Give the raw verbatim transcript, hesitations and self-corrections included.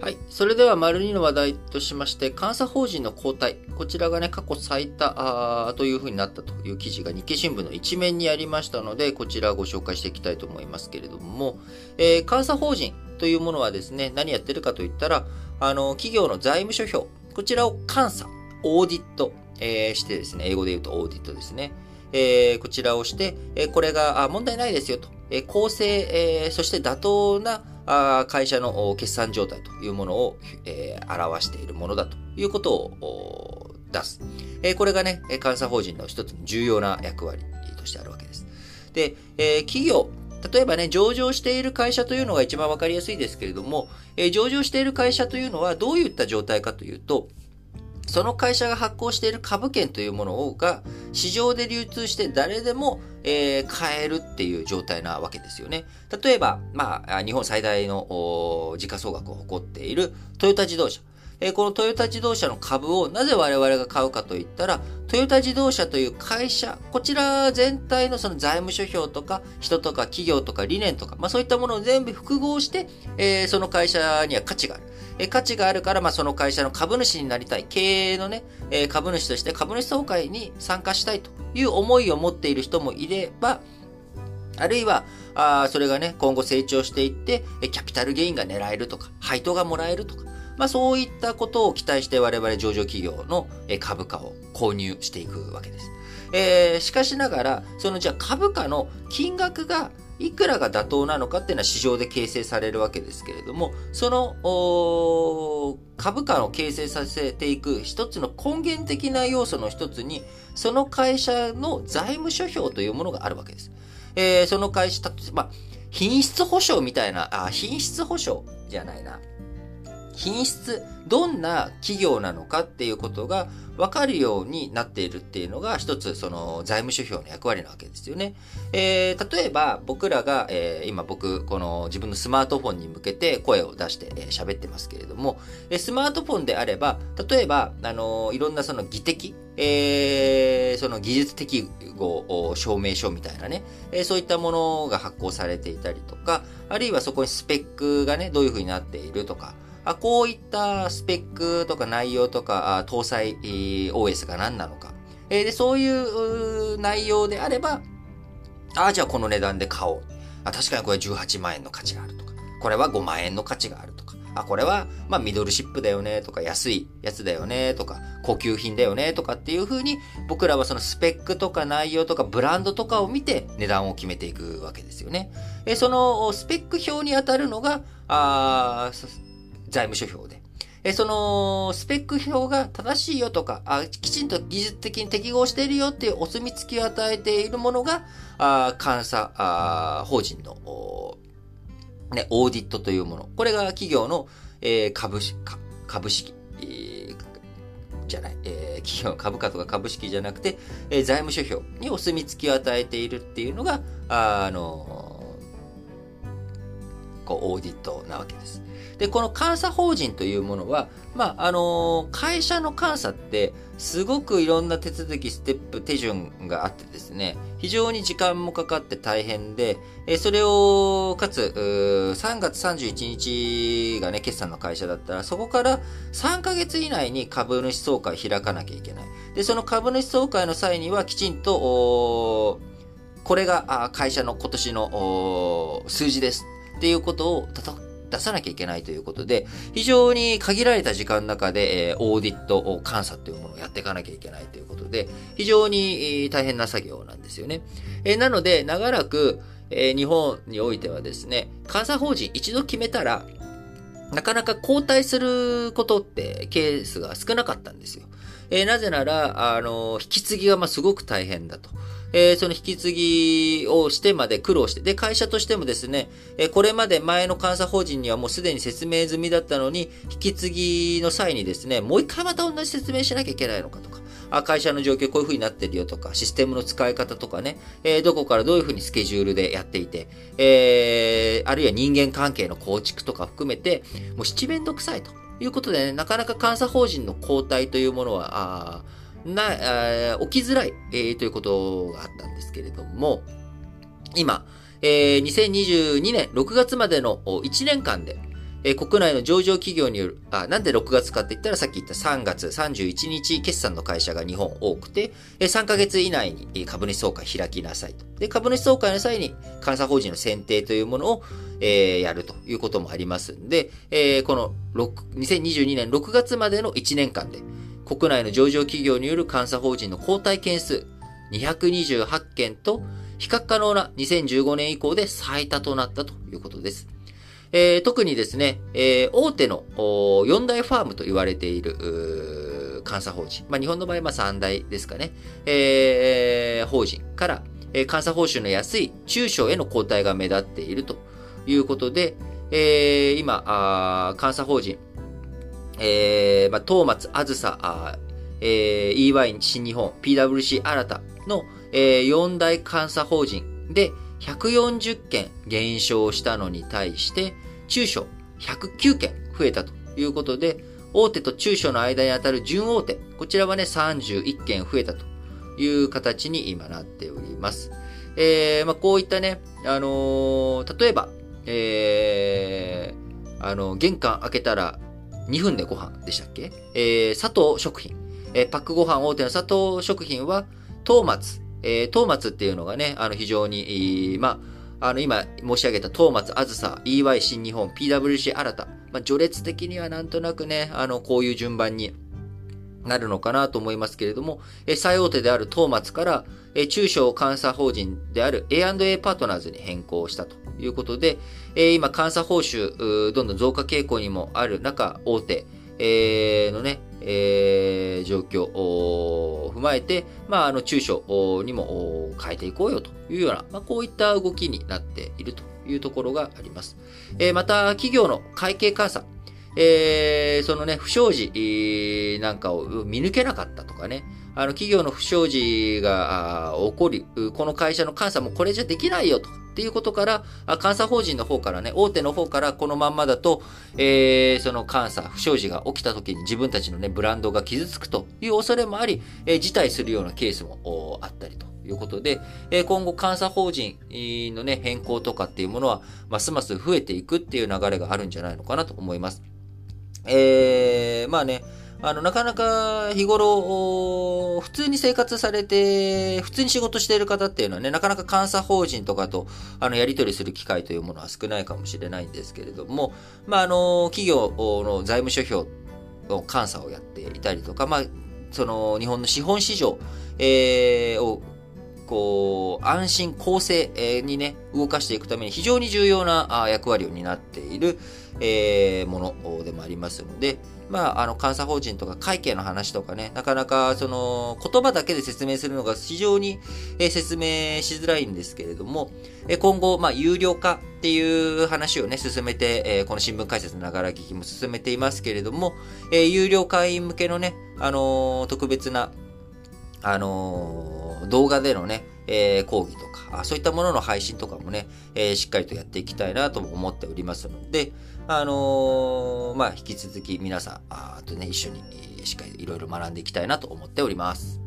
はい。それでは、丸にの話題としまして、監査法人の交代。こちらがね、過去最多というふうになったという記事が日経新聞の一面にありましたので、こちらをご紹介していきたいと思いますけれども、えー、監査法人というものはですね、何やってるかといったら、あの、企業の財務諸表、こちらを監査、オーディット、えー、してですね、英語で言うとオーディットですね。えー、こちらをして、えー、これが問題ないですよと、えー、公正、えー、そして妥当な会社の決算状態というものを、えー、表しているものだということを出す。えー、これがね、監査法人の一つの重要な役割としてあるわけです。で、えー、企業、例えばね、上場している会社というのが一番わかりやすいですけれども、えー、上場している会社というのはどういった状態かというと、その会社が発行している株券というものが市場で流通して誰でも、えー、買えるっていう状態なわけですよね。例えば、まあ、日本最大の時価総額を誇っているトヨタ自動車。えー、このトヨタ自動車の株をなぜ我々が買うかといったら、トヨタ自動車という会社、こちら全体のその財務諸表とか、人とか企業とか理念とか、まあそういったものを全部複合して、えー、その会社には価値がある。えー、価値があるから、まあその会社の株主になりたい、経営のね、えー、株主として株主総会に参加したいという思いを持っている人もいれば、あるいは、あそれがね、今後成長していって、キャピタルゲインが狙えるとか、配当がもらえるとか、まあそういったことを期待して我々上場企業の株価を購入していくわけです。えー、しかしながら、そのじゃあ株価の金額がいくらが妥当なのかっていうのは市場で形成されるわけですけれども、その株価を形成させていく一つの根源的な要素の一つに、その会社の財務諸表というものがあるわけです。えー、その会社、まあ、品質保証みたいな、あ、品質保証じゃないな。品質、どんな企業なのかっていうことが分かるようになっているっていうのが一つその財務諸表の役割なわけですよね。えー、例えば僕らが、えー、今僕この自分のスマートフォンに向けて声を出して喋、えー、ってますけれども、スマートフォンであれば、例えば、あのー、いろんなその技的、えー、その技術適合証明書みたいなね、えー、そういったものが発行されていたりとか、あるいはそこにスペックがね、どういう風になっているとか、あこういったスペックとか内容とか搭載 オーエス が何なのか。でそういう内容であれば、あじゃあこの値段で買おう。あ確かにこれじゅうはちまんえんの価値があるとか。これはごまんえんの価値があるとか。あこれはまあミドルシップだよねとか安いやつだよねとか高級品だよねとかっていう風に僕らはそのスペックとか内容とかブランドとかを見て値段を決めていくわけですよね。そのスペック表に当たるのが、あ財務諸表で。え、その、スペック表が正しいよとか、あきちんと技術的に適合しているよっていうお墨付きを与えているものが、あ監査あ法人の、ね、オーディットというもの。これが企業の、えー、株式、株式、えー、じゃない、えー、企業の株価とか株式じゃなくて、えー、財務諸表にお墨付きを与えているっていうのが、あ、あのー、こう、オーディットなわけです。で、この監査法人というものは、まあ、あのー、会社の監査って、すごくいろんな手続き、ステップ、手順があってですね、非常に時間もかかって大変で、えそれを、かつ、さんがつさんじゅういちにちがね、決算の会社だったら、そこからさんかげつ以内に株主総会を開かなきゃいけない。で、その株主総会の際には、きちんと、これが会社の今年の数字です。っていうことを出さなきゃいけないということで、非常に限られた時間の中で、えー、オーディット、監査というものをやっていかなきゃいけないということで、非常に大変な作業なんですよね。えー、なので、長らく、えー、日本においてはですね、監査法人一度決めたら、なかなか交代することってケースが少なかったんですよ。えー、なぜなら、あの、引き継ぎがまあすごく大変だと。えー、その引き継ぎをしてまで苦労して、で、会社としてもですね、えー、これまで前の監査法人にはもうすでに説明済みだったのに、引き継ぎの際にですね、もう一回また同じ説明しなきゃいけないのかとか、あ会社の状況こういう風になってるよとか、システムの使い方とかね、えー、どこからどういう風にスケジュールでやっていて、えー、あるいは人間関係の構築とか含めて、もう七面倒くさいということでね、なかなか監査法人の交代というものは、あな、起きづらい、えー、ということがあったんですけれども、今、えー、にせんにじゅうにねんろくがつまでのいちねんかんで、 えー、国内の上場企業による、あ、なんでろくがつかって言ったらさっき言ったさんがつさんじゅういちにち決算の会社が日本多くて、えー、さんかげつ以内に株主総会開きなさいと。で、株主総会の際に監査法人の選定というものを、えー、やるということもありますんで、えー、このにせんにじゅうにねんろくがつまでのいちねんかんで、国内の上場企業による監査法人の交代件数にひゃくにじゅうはちけんと、比較可能なにせんじゅうごねん以降で最多となったということです。えー、特にですね、えー、大手のよん大ファームと言われている監査法人、まあ、日本の場合はさん大ですかね、えー、法人から、えー、監査報酬の安い中小への交代が目立っているということで、えー、今あ、監査法人、えーまあ、東松、あずさ、えー、イーワイ 新日本、ピーダブリューシー 新たの、えー、よん大監査法人でひゃくよんじゅっけん減少したのに対して、中小ひゃくきゅうけん増えたということで、大手と中小の間にあたる準大手、こちらはね、さんじゅういっけん増えたという形に今なっております。えー、まあ、こういったね、あのー、例えば、えー、あの、玄関開けたらにふんでご飯でしたっけ？えー、佐藤食品。えー、パックご飯大手の佐藤食品は、東松、えー、東松っていうのがね、あの、非常に、まあ、あの、今申し上げた東松、あずさ、イーワイ 新日本、ピーダブリューシー 新た。まあ、序列的にはなんとなくね、あの、こういう順番になるのかなと思いますけれども、えー、最大手である東松から、えー、中小監査法人である エーアンドエー パートナーズに変更したということで、えー、今、監査報酬、どんどん増加傾向にもある中、大手、えー、のね、えー、状況を踏まえて、まあ、あの、中小にも変えていこうよというような、まあ、こういった動きになっているというところがあります。えー、また、企業の会計監査、えー、そのね、不祥事なんかを見抜けなかったとかね、あの、企業の不祥事が起こり、この会社の監査もこれじゃできないよと。っていうことから、監査法人の方からね、大手の方からこのまんまだと、えー、その監査、不祥事が起きた時に自分たちのね、ブランドが傷つくという恐れもあり、えー、辞退するようなケースもあったりということで、えー、今後監査法人のね、変更とかっていうものは、ますます増えていくっていう流れがあるんじゃないのかなと思います。えー、まあね、あの、なかなか日頃、普通に生活されて、普通に仕事している方っていうのはね、なかなか監査法人とかと、あの、やり取りする機会というものは少ないかもしれないんですけれども、まあ、あの、企業の財務諸表の監査をやっていたりとか、まあ、その、日本の資本市場、えー、を、こう、安心、公正にね、動かしていくために非常に重要な役割を担っている、えー、ものでもありますので、まあ、あの、監査法人とか会計の話とかね、なかなか、その、言葉だけで説明するのが非常に、えー、説明しづらいんですけれども、えー、今後、まあ、有料化っていう話をね、進めて、えー、この新聞解説のながら聞きも進めていますけれども、えー、有料会員向けのね、あのー、特別な、あのー、動画でのね、えー、講義とか、そういったものの配信とかもね、えー、しっかりとやっていきたいなと思っておりますので、あのー、まあ、引き続き皆さん、あとね、一緒にしっかりいろいろ学んでいきたいなと思っております。